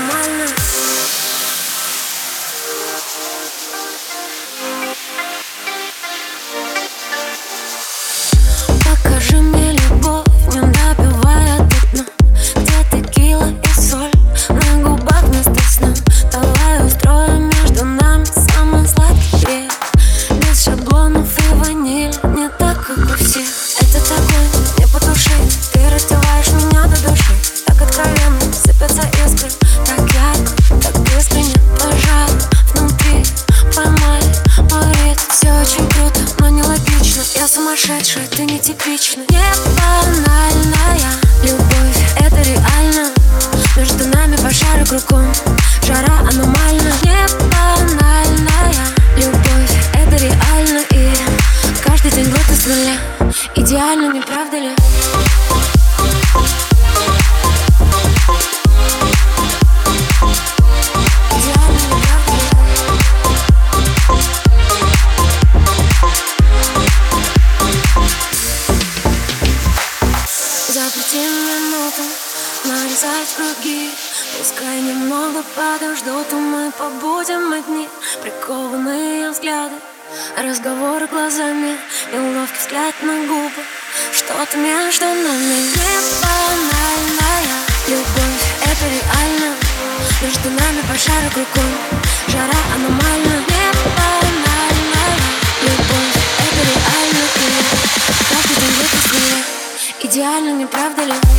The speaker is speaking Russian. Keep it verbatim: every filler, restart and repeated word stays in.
аномально. Покажи мне любовь, не добивая до дна, где текила и соль на губах вместо сна. Давай устроим между нами самый сладкий грех, без шаблонов и ванили, не так, как у всех. Этот огонь не потушить, ты раздеваешь меня до души. Так откровенно сыпятся искры, так ярко, так искренне. Пожар внутри, поймай мой ритм. Все очень круто, но нелогично. Я сумасшедшая, ты нетипична. Не банальная любовь, это реально. Между нами пожары кругом, жара аномальна. Не банальная любовь, это реально. И каждый день будто с нуля. Идеально, не правда ли? Запрети минуту нарезать круги. Пускай немного подождут, и мы побудем одни. Прикованные взгляды, разговоры глазами, неловкий взгляд на губы. Что-то между нами. Не банальная любовь, это реально. Между нами пожары кругом, жара аномальна. Не банальная любовь, это реально. И каждый день выпускная. Идеально, не правда ли?